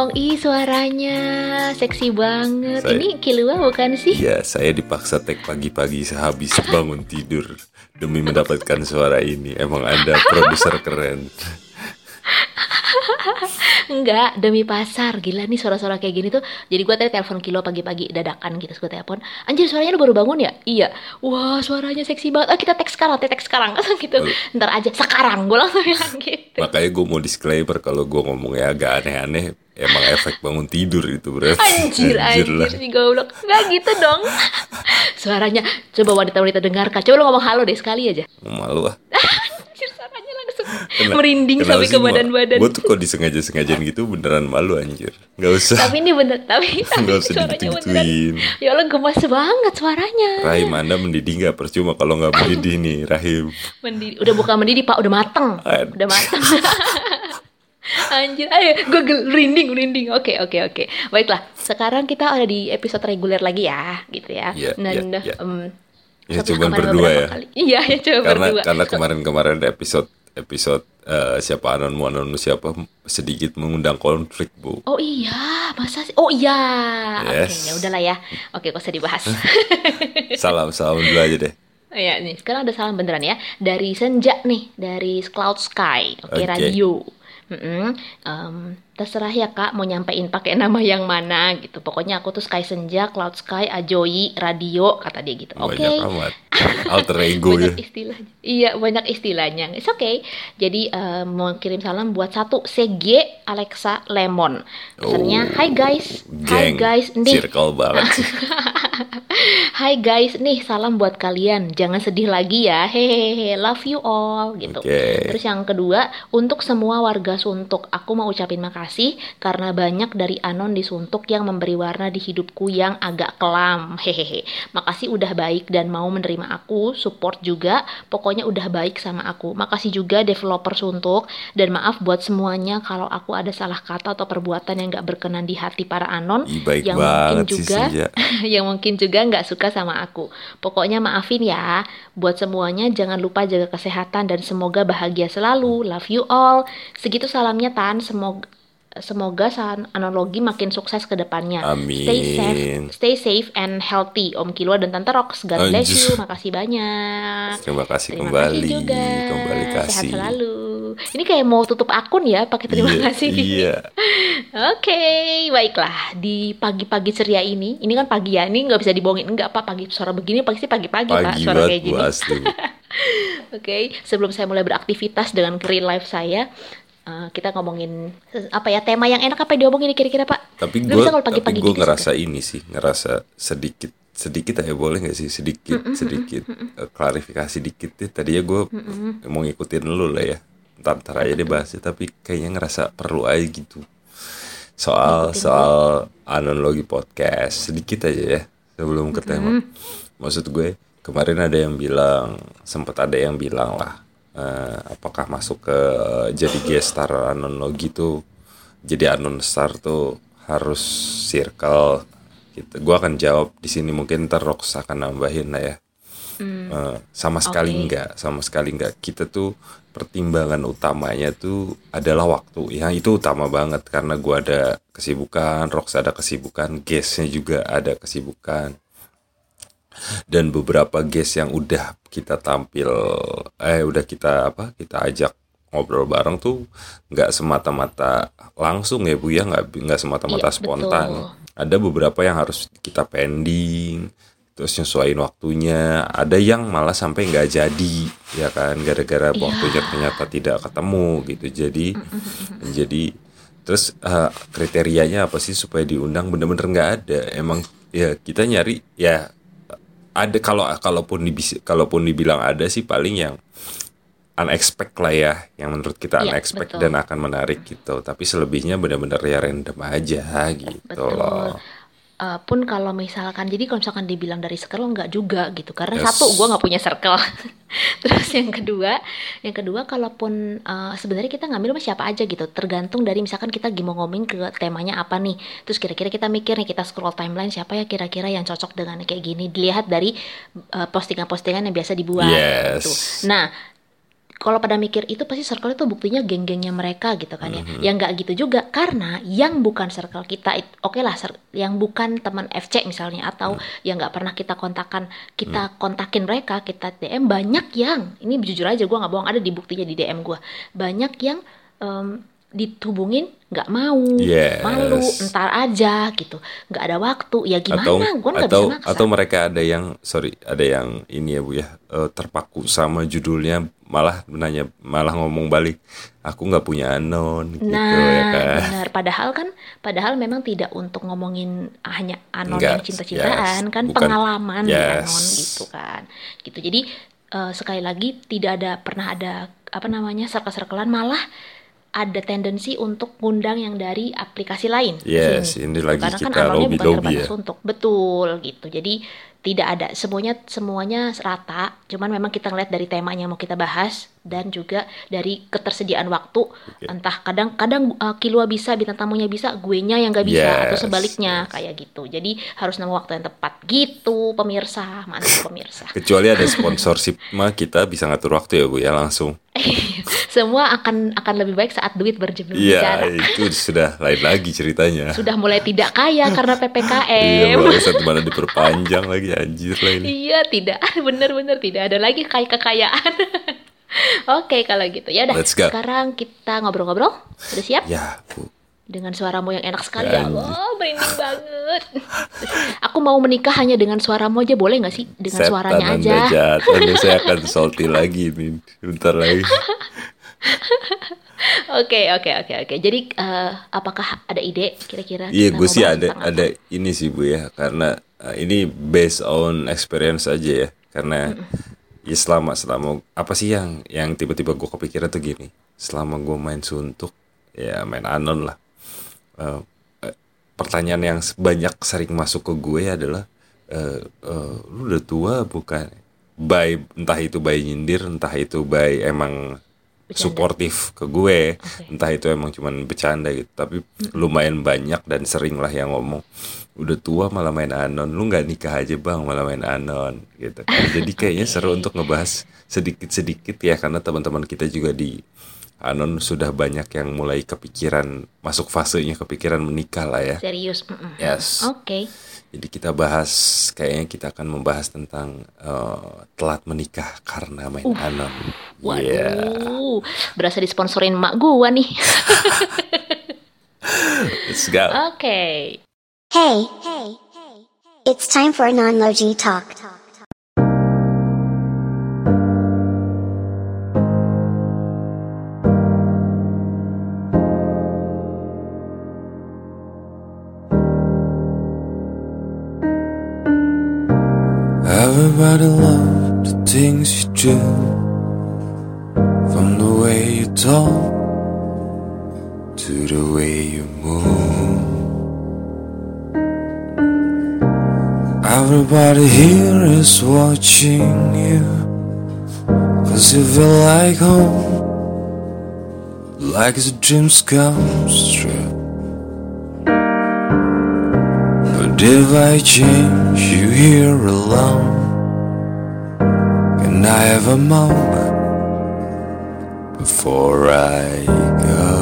dong. Ih, suaranya seksi banget. Ini Kilua bukan sih? Iya, saya dipaksa tag pagi-pagi sehabis bangun tidur demi mendapatkan suara ini. Emang Anda produser keren. Enggak, demi pasar. Gila nih suara-suara kayak gini tuh. Jadi gue tadi telepon Kilo pagi-pagi dadakan gitu. Terus gue telepon, anjir suaranya lu baru bangun ya? Iya. Wah, suaranya seksi banget. Kita tag sekarang gitu. Ntar aja, sekarang gue langsung bilang gitu. Makanya gue mau disclaimer kalau gue ngomongnya agak aneh-aneh. Emang efek bangun tidur itu berarti. Anjir si goblok. Enggak gitu dong. Suaranya, coba wanita-wanita dengarkan. Coba lu ngomong halo deh sekali aja. Malu ah. Anjir, suaranya langsung merinding sampai ke badan-badan. Gue tuh kok disengaja-sengajain gitu beneran malu anjir. Gak usah. Tapi ini bener, tapi Gak usah suaranya digitu-gituin. Ya Allah, gemas banget suaranya. Rahim Anda mendidih gak? Percuma kalau gak mendidih nih Rahim. Udah bukan mendidih Pak, udah mateng. Udah mateng. Anjir, ayo gue merinding. Oke. Baiklah, sekarang kita ada di episode reguler lagi ya, gitu ya. Dan ya satu cuma kemarin berdua ya. Kali. Iya, ya coba berdua. Karena kemarin ada episode siapa anon siapa sedikit mengundang konflik, Bu. Oh iya, masa sih? Oh iya. Yes. Oke, ya udahlah ya. Oke, kok usah dibahas. Salam dulu aja deh. Iya nih, sekarang ada salam beneran ya. Dari Senja nih, dari Cloud Sky. Oke, radio. Terserah ya Kak mau nyampein pakai nama yang mana gitu. Pokoknya aku tuh Sky Senja, Cloud Sky, Ajoy, radio kata dia gitu. Oke. Banyak amat. Alter ego banyak ya. Istilahnya. Iya, banyak istilahnya. It's okay. Jadi mau kirim salam buat satu CG Alexa Lemon. Pesannya, "Hai guys." Geng, Hai guys, nih. circle banget sih. Hai guys, nih salam buat kalian. Jangan sedih lagi ya. Hehehe, love you all gitu. Okay. Terus yang kedua, untuk semua warga Suntuk, aku mau ucapin makasih karena banyak dari anon di Suntuk yang memberi warna di hidupku yang agak kelam. Hehehe. Makasih udah baik dan mau menerima aku, support juga. Pokoknya udah baik sama aku. Makasih juga developer Suntuk dan maaf buat semuanya kalau aku ada salah kata atau perbuatan yang gak berkenan di hati para anon yang mungkin juga yang mungkin juga nggak suka sama aku. Pokoknya maafin ya. Buat semuanya jangan lupa jaga kesehatan dan semoga bahagia selalu. Love you all. Segitu salamnya Tan. Semoga analogi makin sukses ke depannya. Amin. Stay safe and healthy Om Kilua dan Tante Rox. God bless you. Makasih banyak. Terima kasih kembali juga. Kembali kasih. Sehat selalu. Ini kayak mau tutup akun ya pakai terima kasih. Iya. Oke, baiklah. Di pagi-pagi ceria ini kan pagi ya. Ini nggak bisa dibohongin. Enggak Pak, pagi suara begini pasti pagi-pagi Pak. Suara kayak gini. Oke, sebelum saya mulai beraktivitas dengan real life saya, kita ngomongin apa ya, tema yang enak apa diomongin kira-kira Pak? Tapi gue gitu ngerasa ini sih, ngerasa sedikit aja boleh nggak sih sedikit klarifikasi dikit deh. Tadinya gue mau ngikutin lu lah ya, ntar aja deh bahasnya, tapi kayaknya ngerasa perlu aja gitu soal analogi podcast sedikit aja ya sebelum ke tema. Maksud gue kemarin sempat ada yang bilang lah, apakah masuk ke jadi guest star analogi tuh, jadi anon star tuh harus circle gitu. Gua akan jawab di sini, mungkin ntar Rox akan nambahin lah ya. Sama sekali enggak. Kita tuh pertimbangan utamanya tuh adalah waktu. Yang itu utama banget karena gua ada kesibukan, Rox ada kesibukan, guestnya juga ada kesibukan. Dan beberapa guest yang udah kita kita ajak ngobrol bareng tuh nggak semata-mata langsung ya Bu ya, nggak semata-mata spontan. Betul. Ada beberapa yang harus kita pending, terus nyesuaiin waktunya. Ada yang malah sampai nggak jadi ya kan, gara-gara waktunya ternyata tidak ketemu gitu. Jadi terus kriterianya apa sih supaya diundang? Bener-bener nggak ada. Emang ya kita nyari ya. Ada kalaupun dibilang ada sih paling yang unexpected lah ya, yang menurut kita unexpected dan akan menarik gitu. Tapi selebihnya benar-benar ya random aja gitu loh. Pun kalau misalkan dibilang dari circle enggak juga gitu, karena satu gue nggak punya circle. Terus yang kedua kalaupun sebenarnya kita ngambil sama siapa aja gitu, tergantung dari misalkan kita mau ngomongin ke temanya apa nih, terus kira-kira kita mikir nih, kita scroll timeline siapa ya kira-kira yang cocok dengan kayak gini, dilihat dari postingan-postingan yang biasa dibuat gitu. Nah, kalau pada mikir itu pasti circle itu buktinya geng-gengnya mereka gitu kan ya. Yang nggak gitu juga, karena yang bukan circle kita, oke lah, yang bukan teman FC misalnya, atau yang nggak pernah kita kontakin mereka, kita DM, banyak yang, ini jujur aja gue nggak bohong, ada di buktinya di DM gue, banyak yang dihubungin nggak mau, malu, ntar aja gitu, nggak ada waktu, ya gimana, gue nggak bisa maksa. Atau mereka ada yang ini ya Bu ya, terpaku sama judulnya, malah ngomong balik, aku nggak punya anon gitu. Ya kan? Benar, padahal memang tidak untuk ngomongin hanya anon yang cinta-cintaan, kan bukan, pengalaman di anon gitu kan, gitu. Jadi sekali lagi pernah ada circle-circlean, malah ada tendensi untuk ngundang yang dari aplikasi lain. Yes, ini lagi karena kita kan anonnya bukan terbatas ya. untuk, betul gitu. Jadi tidak ada semuanya rata. Cuman memang kita ngeliat dari temanya yang mau kita bahas dan juga dari ketersediaan waktu. Entah kadang Kilua bisa, bintang tamunya bisa, guenya yang nggak bisa, atau sebaliknya kayak gitu. Jadi harus nemu waktu yang tepat gitu, pemirsa. Mantap pemirsa. Kecuali ada sponsorship mah kita bisa ngatur waktu ya Bu ya, langsung. Semua akan lebih baik saat duit berbicara. Iya, itu sudah lain lagi ceritanya. Sudah mulai tidak kaya karena PPKM. Iya, barusan mana diperpanjang lagi, anjir lah ini. Iya, tidak, benar-benar tidak ada lagi kekayaan. Oke, kalau gitu ya udah. Sekarang kita ngobrol-ngobrol. Udah siap? Ya, Bu. Dengan suaramu yang enak sekali, ya Allah, merinding banget. Aku mau menikah hanya dengan suaramu aja, boleh nggak sih? Dengan suaranya aja. Nanti saya akan salty lagi nih, bentar lagi. Oke. Jadi apakah ada ide kira-kira? Iya, gue sih ada ini sih Bu ya, karena ini based on experience aja ya, karena ya selama apa sih yang tiba-tiba gue kepikiran tuh gini, selama gue main suntuk ya, main anon lah, pertanyaan yang banyak sering masuk ke gue adalah lu udah tua bukan? Entah itu by nyindir, entah itu by emang suportif ke gue, entah itu emang cuman bercanda gitu, tapi lumayan banyak dan sering lah yang ngomong, udah tua malah main anon, lu nggak nikah aja bang malah main anon gitu kan. Jadi kayaknya seru untuk ngebahas sedikit ya, karena teman-teman kita juga di anon sudah banyak yang mulai kepikiran, masuk fasenya kepikiran menikah lah ya. Serius. Yes. Oke. Jadi kita kayaknya kita akan membahas tentang telat menikah karena main anon. Waduh, berasa disponsorin emak gua nih. Let's go. Okay. Hey, it's time for a non-logy talk. Everybody loves the things you do, from the way you talk to the way you move. Everybody here is watching you, 'cause you feel like home, like the dreams come true. But if I change you here alone, can I have a moment before I go?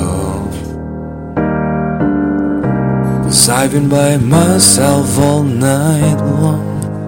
'Cause I've been by myself all night long,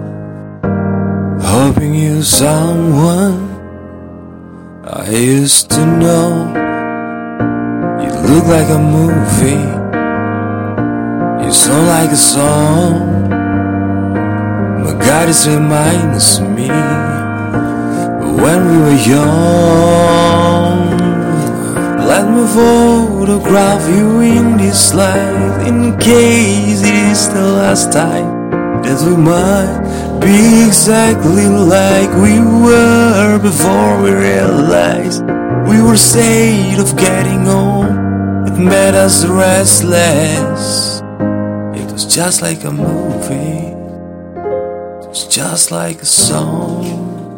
hoping you're someone I used to know. You look like a movie, you sound like a song. My God, it reminds me when we were young. Let me photograph you in this light, in case it is the last time that we might be exactly like we were before we realized we were scared of getting old. It made us restless. It was just like a movie, it was just like a song.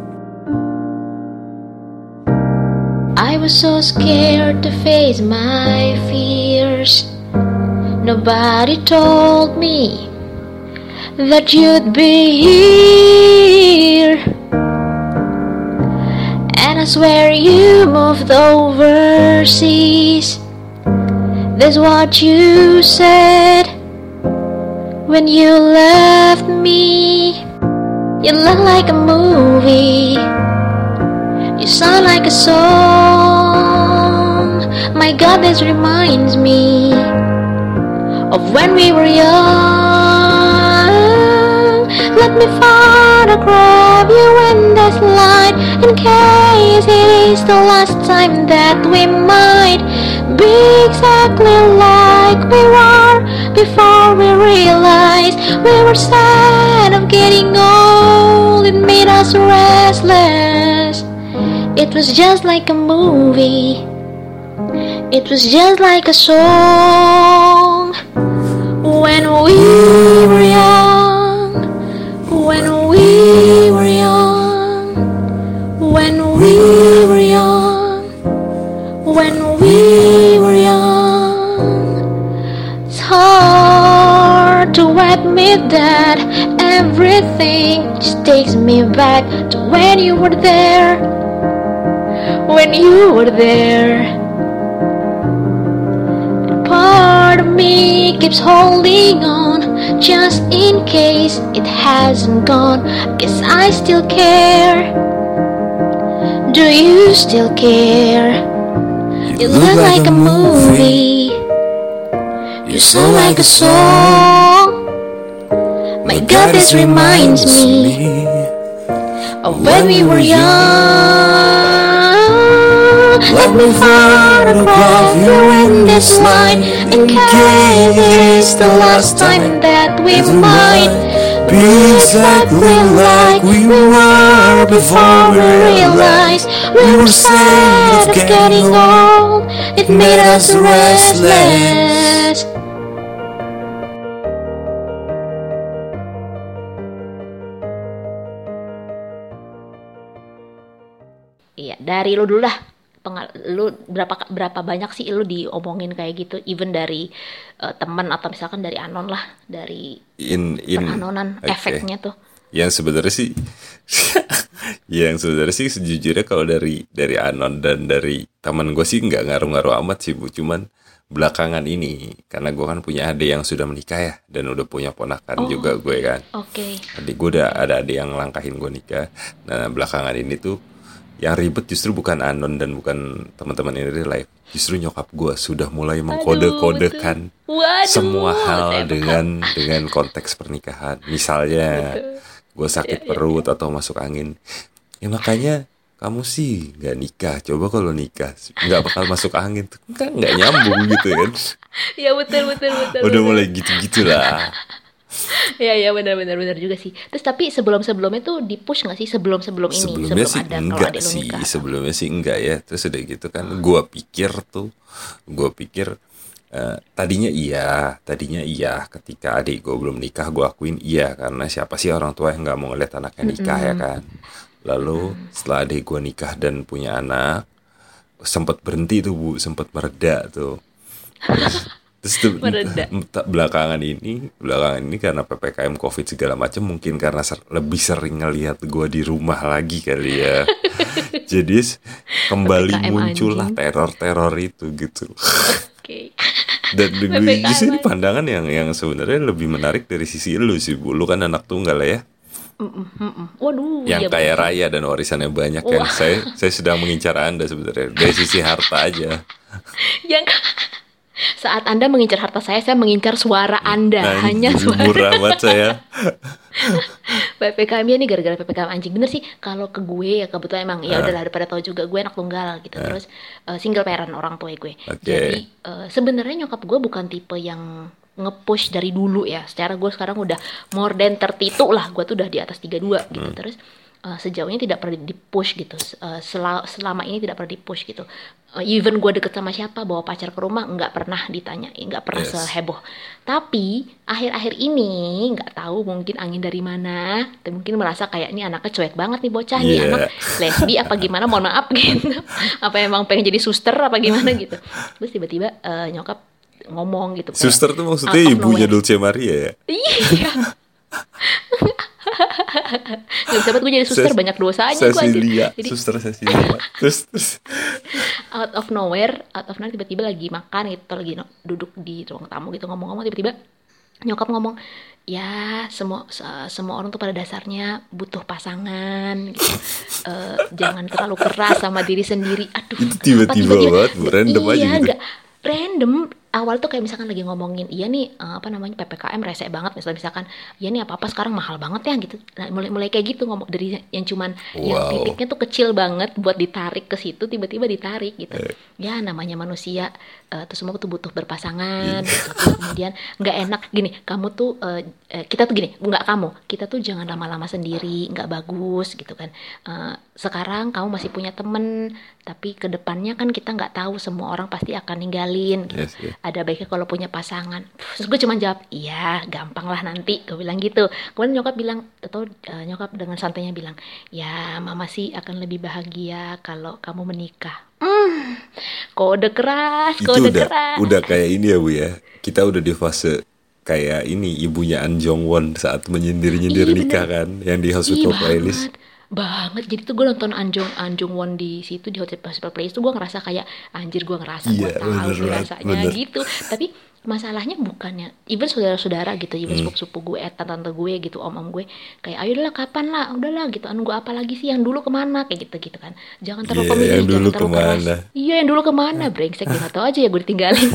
I was so scared to face my fears. Nobody told me that you'd be here. And I swear you moved overseas. That's what you said when you left me. You look like a movie, you sound like a song. My God, this reminds me of when we were young. Let me photograph you in this light, in case it is the last time that we might be exactly like we were before we realized we were sad of getting old. It made us restless. It was just like a movie, it was just like a song. When we were young, when we were young, when we were young, when we were young. It's hard to admit that everything just takes me back to when you were there, when you were there. Part of me keeps holding on, just in case it hasn't gone. Guess I still care. Do you still care? You look like a movie, you sound like a song. My God, this reminds me of when we were young. Let me photograph you in this light, in case it is the last time that we might be exactly like we were before we realized we were sad of getting old. It made us restless. Iya, dari lu dulu lah. Lu berapa banyak sih lu diomongin kayak gitu, even dari teman atau misalkan dari anon lah, dari peranonan, okay. Efeknya tuh. Yang sebenarnya sih sejujurnya kalau dari anon dan dari teman gue sih nggak ngaruh-ngaruh amat sih Bu, cuman belakangan ini karena gue kan punya adik yang sudah menikah ya, dan udah punya ponakan juga gue kan. Oke. Adik gue ada adik yang langkahin gue nikah. Nah belakangan ini tuh yang ribet justru bukan anon dan bukan teman-teman ini real life, justru nyokap gue sudah mulai mengkode-kodekan semua hal dengan konteks pernikahan. Misalnya gue sakit perut atau masuk angin, ya makanya kamu sih nggak nikah, coba kalau nikah nggak bakal masuk angin tuh, kan nggak nyambung gitu kan. Ya betul. Udah mulai gitu-gitulah. Ya benar juga sih. Terus tapi sebelumnya tuh di-push nggak sih sebelum ini? Sebelumnya sih ada, enggak sih. Sebelumnya sih enggak ya. Terus udah gitu kan, gue pikir tadinya iya ketika adik gue belum nikah gue akuin iya, karena siapa sih orang tua yang nggak mau ngeliat anaknya nikah ya kan. Lalu setelah adik gue nikah dan punya anak, sempat berhenti tuh Bu, sempat mereda tuh. Terus belakangan ini karena PPKM COVID segala macam, mungkin karena lebih sering ngelihat gue di rumah lagi kali ya. Jadi kembali PPKM muncullah teror itu gitu. Okay. Dan justru ini pandangan yang sebenarnya lebih menarik dari sisi lu sih Bu. Lu kan anak tunggal ya. Waduh. Yang kaya raya dan warisannya banyak kan. Saya sedang mengincar Anda sebenarnya dari sisi harta aja. Saat Anda mengincar harta saya mengincar suara Anda. Hanya suara. Murah banget saya. PPKM ini gara-gara PPKM anjing. Bener sih, kalau ke gue ya kebetulan emang ya udahlah, pada tahu juga gue anak tunggal gitu. Terus single parent orang tua gue. Okay. Jadi sebenarnya nyokap gue bukan tipe yang nge-push dari dulu ya. Secara gue sekarang udah more than 32 lah. Gue tuh udah di atas 32 gitu. Terus sejauh ini tidak pernah di-push gitu. Selama ini tidak pernah di-push gitu. Even gue deket sama siapa, bawa pacar ke rumah, nggak pernah ditanya, nggak pernah seheboh. Tapi akhir-akhir ini nggak tahu mungkin angin dari mana, mungkin merasa kayak ini anaknya cuek banget nih bocah, nih anak lesbi apa gimana, mohon maaf gitu. Apa emang pengen jadi suster apa gimana gitu. Terus tiba-tiba nyokap ngomong gitu. Suster tuh maksudnya ibunya Dulce Maria ya? Iya. Gak bisa banget gue jadi suster, banyak dosanya gue anjir. Cecilia, Jadi suster Cecilia. Terus out of nowhere tiba-tiba lagi makan gitu, lagi duduk di ruang tamu gitu, ngomong-ngomong tiba-tiba nyokap ngomong, ya semua orang tuh pada dasarnya butuh pasangan gitu. Jangan terlalu keras sama diri sendiri. Aduh, itu tiba-tiba banget, random aja iya, gitu. nggak random. Awal tuh kayak misalkan lagi ngomongin, iya nih PPKM rese banget, misalkan iya nih apa sekarang mahal banget ya gitu. Nah, mulai kayak gitu ngomong, dari yang cuman yang Wow. titiknya tuh kecil banget buat ditarik ke situ, tiba-tiba ditarik gitu. Ya namanya manusia, tuh semua tuh butuh berpasangan gitu. Terus kemudian nggak enak gini, kamu tuh kita tuh gini, nggak kamu, kita tuh jangan lama-lama sendiri, nggak bagus gitu kan. Sekarang kamu masih punya temen, tapi kedepannya kan kita nggak tahu, semua orang pasti akan ninggalin gitu. Yes, yes. Ada baiknya kalau punya pasangan. Terus gue cuma jawab, iya gampang lah nanti, gue bilang gitu. Kemudian nyokap bilang, atau nyokap dengan santainya bilang, ya mama sih akan lebih bahagia kalau kamu menikah. Kode keras, Itu kode keras. udah kayak ini ya Bu ya. Kita udah di fase kayak ini ibunya An Jong Won saat menyindir-nyindir Iya, nikah bener. kan, yang di Hospital Playlist. banget. Jadi tuh gue nonton Anjong Won di situ, di Hospital Playlist tuh gue ngerasa kayak anjir, gue ngerasa gue Iya, tahu bener nih banget, rasanya bener. gitu. Tapi masalahnya bukannya even saudara-saudara gitu, even sepupu gue, tante gue gitu, om gue kayak ayo udahlah, kapan lah, udahlah gitu, gue apa lagi sih, yang dulu kemana, kayak gitu kan, jangan terlalu Iya, pemilih, yang dulu jangan terlalu keras. kemana? Iya, yang dulu kemana, brengsek, dia nggak tahu aja ya gue ditinggalin.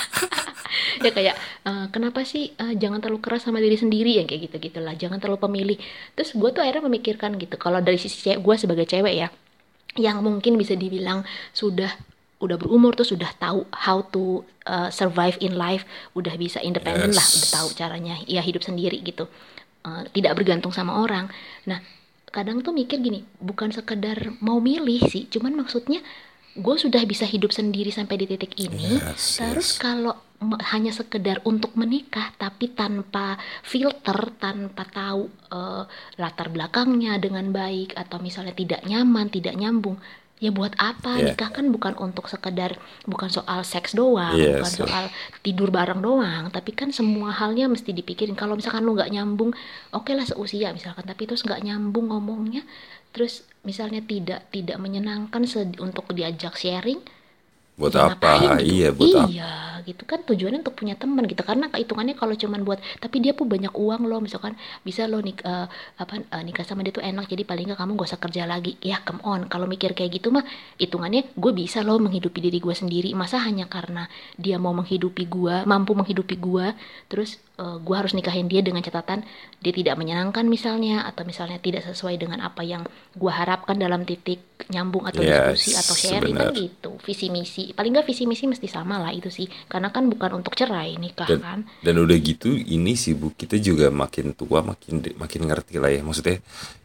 Ya kayak kenapa sih jangan terlalu keras sama diri sendiri, yang kayak gitu gitulah, jangan terlalu pemilih. Terus gue tuh akhirnya memikirkan gitu, kalau dari sisi gue sebagai cewek ya, yang mungkin bisa dibilang udah berumur tuh, sudah tahu how to survive in life, udah bisa independen lah, Yes. udah tahu caranya ya hidup sendiri gitu. Tidak bergantung sama orang. Nah, kadang tuh mikir gini, bukan sekedar mau milih sih, cuman maksudnya gue sudah bisa hidup sendiri sampai di titik ini. Yes, Terus yes. kalau hanya sekedar untuk menikah tapi tanpa filter, tanpa tahu latar belakangnya dengan baik, atau misalnya tidak nyaman, tidak nyambung, ya buat apa? Yeah. Nikah kan bukan untuk sekedar, bukan soal seks doang, Yes, bukan yes. soal tidur bareng doang, tapi kan semua halnya mesti dipikirin. Kalau misalkan lu nggak nyambung, oke lah seusia misalkan, tapi terus nggak nyambung ngomongnya, terus misalnya tidak menyenangkan untuk diajak sharing, Buat ya apa? ngapain gitu. Iya, buat apa? Iya gitu kan, tujuannya untuk punya teman gitu. Karena hitungannya kalau cuman buat, tapi dia pun banyak uang loh, misalkan bisa lo nikah sama dia tuh enak, jadi paling nggak kamu gak usah kerja lagi. Ya come on, kalau mikir kayak gitu mah hitungannya gue bisa loh menghidupi diri gue sendiri. Masa hanya karena dia mau menghidupi gue, mampu menghidupi gue, terus gue harus nikahin dia dengan catatan dia tidak menyenangkan misalnya, atau misalnya tidak sesuai dengan apa yang gue harapkan dalam titik nyambung atau Yes, diskusi atau sharing, kan benar. gitu. Visi misi, paling nggak visi misi mesti sama lah itu sih, karena kan bukan untuk cerai nikah kan. Dan udah gitu ini sih Bu, kita juga makin tua makin ngerti lah ya. Maksudnya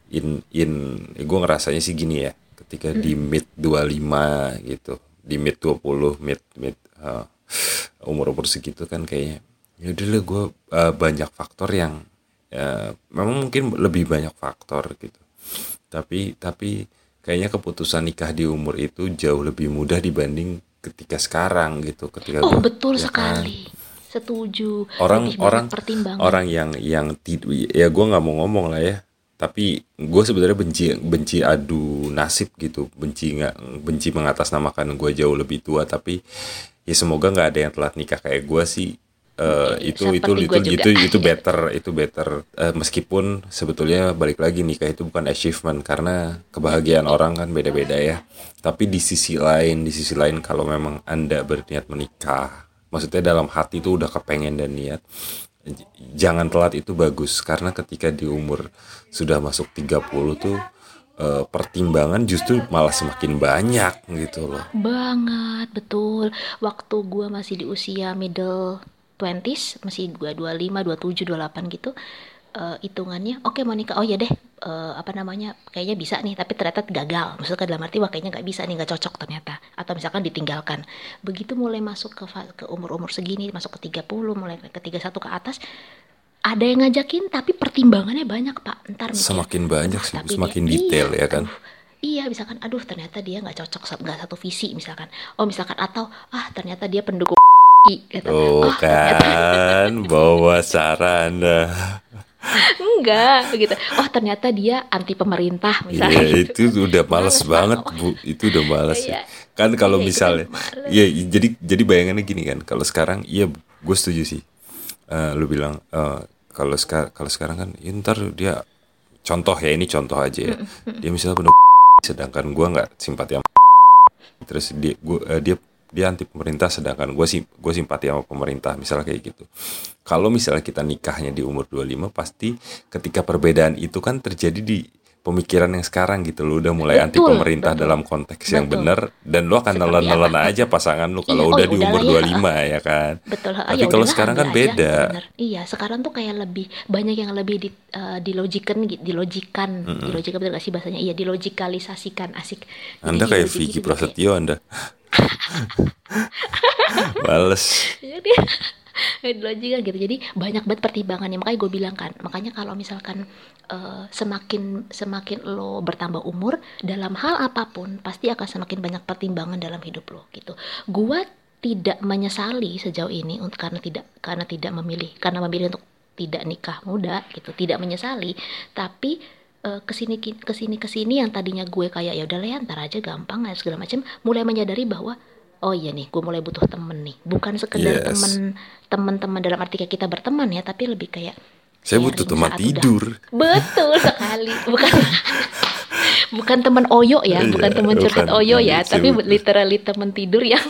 gue ngerasanya sih gini ya, ketika di mid 25 gitu, di mid 20, mid umur segitu kan kayaknya ya udah lah, gue banyak faktor yang memang mungkin lebih banyak faktor gitu. Tapi kayaknya keputusan nikah di umur itu jauh lebih mudah dibanding ketika sekarang gitu, ketika Oh gua, betul ya kan? sekali, setuju. orang Lebih banyak pertimbangan. orang yang ya gue nggak mau ngomong lah ya, tapi gue sebenarnya benci adu nasib gitu, benci mengatasnamakan gue jauh lebih tua, tapi ya semoga nggak ada yang telat nikah kayak gue sih. Seperti gue juga. Itu better. Meskipun sebetulnya balik lagi, nikah itu bukan achievement, karena kebahagiaan orang kan beda-beda ya. Tapi di sisi lain kalau memang Anda berniat menikah, maksudnya dalam hati itu udah kepengen dan niat, jangan telat, itu bagus. Karena ketika di umur sudah masuk 30 tuh pertimbangan justru malah semakin banyak gitu loh. Banget, betul. Waktu gue masih di usia middle 20s, masih gue 25, 27, 28 gitu, hitungannya oke mau nikah, oh ya deh, kayaknya bisa nih, tapi ternyata gagal. Maksudnya dalam arti, wah kayaknya nggak bisa nih, nggak cocok ternyata, atau misalkan ditinggalkan. Begitu mulai masuk ke umur-umur segini, masuk ke 30, mulai ke 31 ke atas, ada yang ngajakin tapi pertimbangannya banyak Pak. Ntar mikir, Semakin banyak sih, tapi semakin dia, detail ya kan. Iya, misalkan aduh ternyata dia nggak cocok, nggak satu visi misalkan. Oh misalkan, atau ternyata dia pendukung gitu. Tuh Ternyata kan, bawa sarana. Enggak gitu. Oh ternyata dia anti pemerintah misalnya Iya gitu kan. itu udah males Males banget banget. Bu, itu udah males sih. Iya. Kan kalau Iya itu kan misalnya, males. iya jadi bayangannya gini kan, kalau sekarang iya gue setuju sih. Lu bilang kalau sekarang kan ya, ntar dia contoh ya ini contoh aja ya, dia misalnya bener sedangkan gue nggak simpati sama, terus dia anti pemerintah sedangkan gue simpati sama pemerintah misalnya kayak gitu. Kalau misalnya kita nikahnya di umur 25 pasti ketika perbedaan itu kan terjadi di pemikiran yang sekarang gitu, lu udah mulai anti Betul, pemerintah betul. dalam konteks yang Betul. benar dan lu akan Seperti nelen-nelen apa? aja pasangan lu Iya, kalau oh udah ya di umur udahlah ya, 25 ya kan. betul. Tapi Ya kalau udahlah sekarang ambil kan aja, beda. bener. Iya, sekarang tuh kayak lebih banyak yang lebih dilogikan bener gak sih bahasanya? Iya, dilogikalisasikan, asik. Jadi Anda di kayak logik Vicky juga kayak Prasetyo Anda. Males. jadi logika gitu, jadi banyak banget pertimbangannya, makanya gue bilang kan, makanya kalau misalkan semakin lo bertambah umur dalam hal apapun pasti akan semakin banyak pertimbangan dalam hidup lo gitu. Gue tidak menyesali sejauh ini karena memilih untuk tidak nikah muda gitu, tidak menyesali, tapi kesini yang tadinya gue kayak ya udah lah ya ntar aja gampang ya segala macam, mulai menyadari bahwa oh iya nih gue mulai butuh temen nih, bukan sekedar Yes. teman-teman dalam arti kayak kita berteman ya, tapi lebih kayak Saya butuh sharing teman saat tidur. betul sekali, bukan teman oyo ya, bukan Iya, teman curhat bukan oyo ya, saya tapi butuh. literally teman tidur yang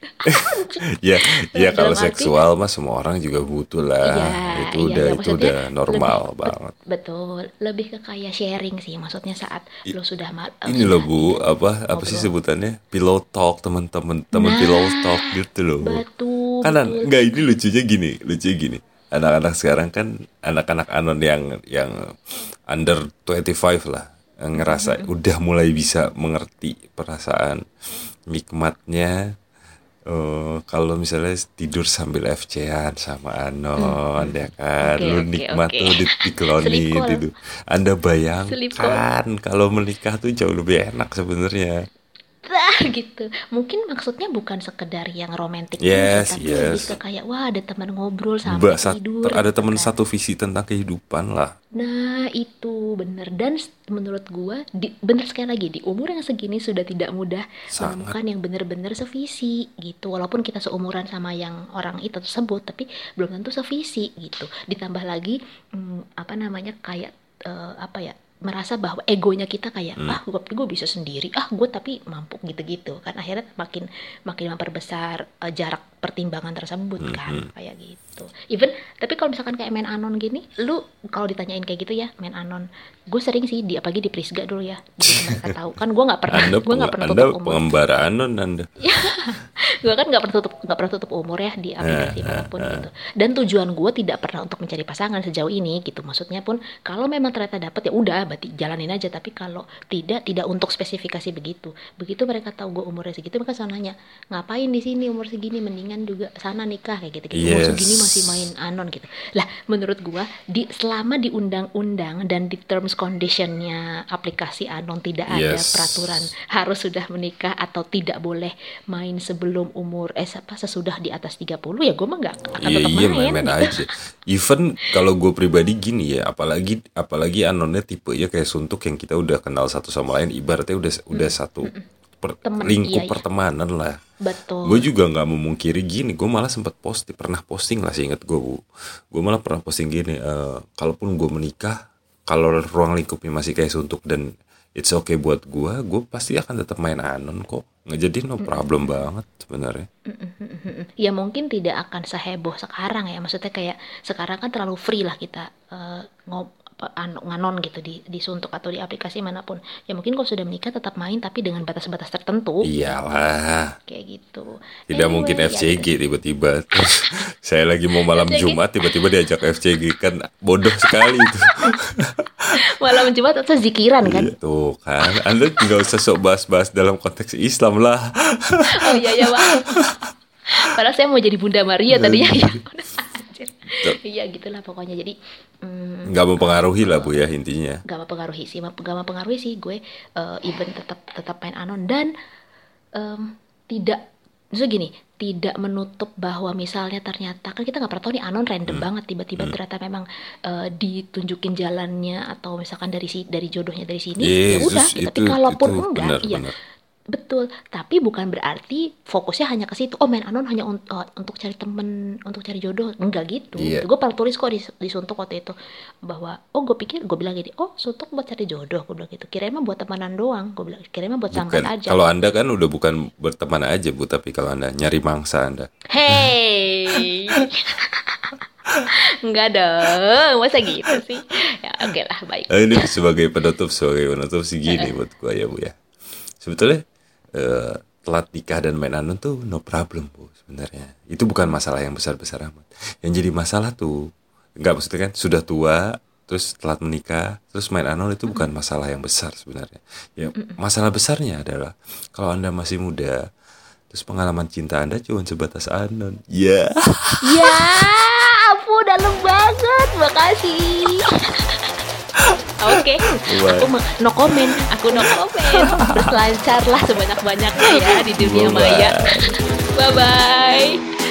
Ya kalau dalam arti seksual mah semua orang juga butuh lah. iya, Itu iya, udah iya, itu maksudnya udah normal banget. betul, lebih ke kayak sharing sih, maksudnya saat I- lo sudah Ini loh sudah Bu, tidak apa sih ngobrol. sebutannya? Pillow talk, teman-teman pillow talk Nah, gitu loh Bu. betul, Kan betul. enggak ini lucunya gini. Anak-anak sekarang kan anak-anak anon yang under 25 lah, yang ngerasa udah mulai bisa mengerti perasaan nikmatnya. Kalau misalnya tidur sambil FC-an sama Anon ya kan, Oke, lu oke, nikmat oke. tuh Sleep diklonin call. itu. Anda Sleep call. bayangkan kalau menikah tuh jauh lebih enak sebenarnya. Gitu. Mungkin maksudnya bukan sekedar yang romantis sih, Yes, tapi lebih ke yes. kayak wah ada teman ngobrol sampai Mbak tidur ada gitu teman kan. satu visi tentang kehidupan lah. Nah, itu bener. Dan menurut gua bener sekali lagi di umur yang segini sudah tidak mudah Sangat. menemukan yang bener-bener sevisi gitu. Walaupun kita seumuran sama yang orang itu tersebut, tapi belum tentu sevisi gitu. Ditambah lagi apa namanya kayak apa ya, merasa bahwa egonya kita kayak gue bisa sendiri, gue tapi mampu gitu-gitu kan, akhirnya makin memperbesar jarak pertimbangan tersebut kan, kayak gitu. Even tapi kalau misalkan kayak main anon gini, lu kalau ditanyain kayak gitu ya main anon, gue sering sih di Prisga dulu ya, jadi mereka tahu kan gue nggak pernah Anda tutup umur. pengembara Anon Anda. Gue kan nggak pernah tutup umur ya di aplikasi manapun gitu, dan tujuan gue tidak pernah untuk mencari pasangan sejauh ini gitu, maksudnya pun kalau memang ternyata dapet ya udah berarti jalanin aja, tapi kalau tidak untuk spesifikasi begitu mereka tahu gue umurnya segitu, mereka selalu nanya ngapain di sini umur segini, mendingan juga sana nikah kayak gitu, umur segini masih main anon gitu lah. Menurut gue selama di undang-undang dan di terms conditionnya aplikasi anon tidak ada Yes. peraturan harus sudah menikah atau tidak boleh main sebelum umur sesudah di atas 30, ya gue mah nggak akan Iya, tetap iya main main-main gitu. aja. Even kalau gue pribadi gini ya, apalagi anonnya tipe ya kayak Suntuk yang kita udah kenal satu sama lain, ibaratnya udah satu Temen, lingkup iya. pertemanan lah. Betul. Gue juga nggak memungkiri gini, gue malah sempat pernah posting lah, seingat gue Bu. Gue malah pernah posting gini, kalaupun gue menikah, kalau ruang lingkupnya masih kayak Suntuk dan it's okay buat gue pasti akan tetap main anon kok. Nggak jadi no problem banget sebenarnya. Ya mungkin tidak akan seheboh sekarang ya, maksudnya kayak sekarang kan terlalu free lah kita nganon gitu di Suntuk atau di aplikasi manapun. Ya mungkin kalau sudah menikah tetap main tapi dengan batas-batas tertentu. Iyalah. Kayak gitu. Tidak mungkin Ya FCG gitu. tiba-tiba. Terus saya lagi mau malam FCG. Jumat tiba-tiba diajak FCG, kan bodoh sekali itu. Malam Jumat atau zikiran kan? Iya, tuh kan. Anda nggak usah sok bahas-bahas dalam konteks Islam lah. Oh iya maaf. Padahal saya mau jadi Bunda Maria tadinya ya. Iya gitulah pokoknya, jadi Nggak mempengaruhi lah Bu ya intinya. gak mempengaruhi sih gue even tetap main anon dan tidak Justru gini, tidak menutup bahwa misalnya ternyata kan kita nggak pernah tahu nih anon random banget tiba-tiba ternyata memang ditunjukin jalannya atau misalkan dari jodohnya dari sini ya udah. Yesus, Tapi kalaupun itu enggak, iya benar-benar. betul. Tapi bukan berarti fokusnya hanya ke situ. Oh, main anon hanya untuk cari temen, untuk cari jodoh. Enggak gitu. Iya. Gue pernah tulis kok di Suntuk waktu itu bahwa gue bilang gini, oh Suntuk buat cari jodoh, gue bilang gitu. Kirain mah buat temenan doang, gue bilang. Kirain mah buat sambat Bukan. aja. Kalau Anda kan udah bukan berteman aja, Bu, tapi kalau Anda nyari mangsa Anda. Hey, enggak dong, masa gitu sih? Ya oke lah, baik. Ini sebagai penutup sih gini buat gua ya, Bu ya. Sebetulnya telat nikah dan main anon tuh no problem, Bu, sebenarnya. Itu bukan masalah yang besar-besar amat. Yang jadi masalah tuh enggak, maksudnya kan sudah tua terus telat menikah terus main anon itu bukan masalah yang besar sebenarnya. Ya, masalah besarnya adalah kalau Anda masih muda terus pengalaman cinta Anda cuma sebatas anon. Ya. Ya, ampun dalam banget, makasih. Oke, no comment, aku no comment. Berselancarlah sebanyak-banyaknya ya di dunia maya. Bye bye.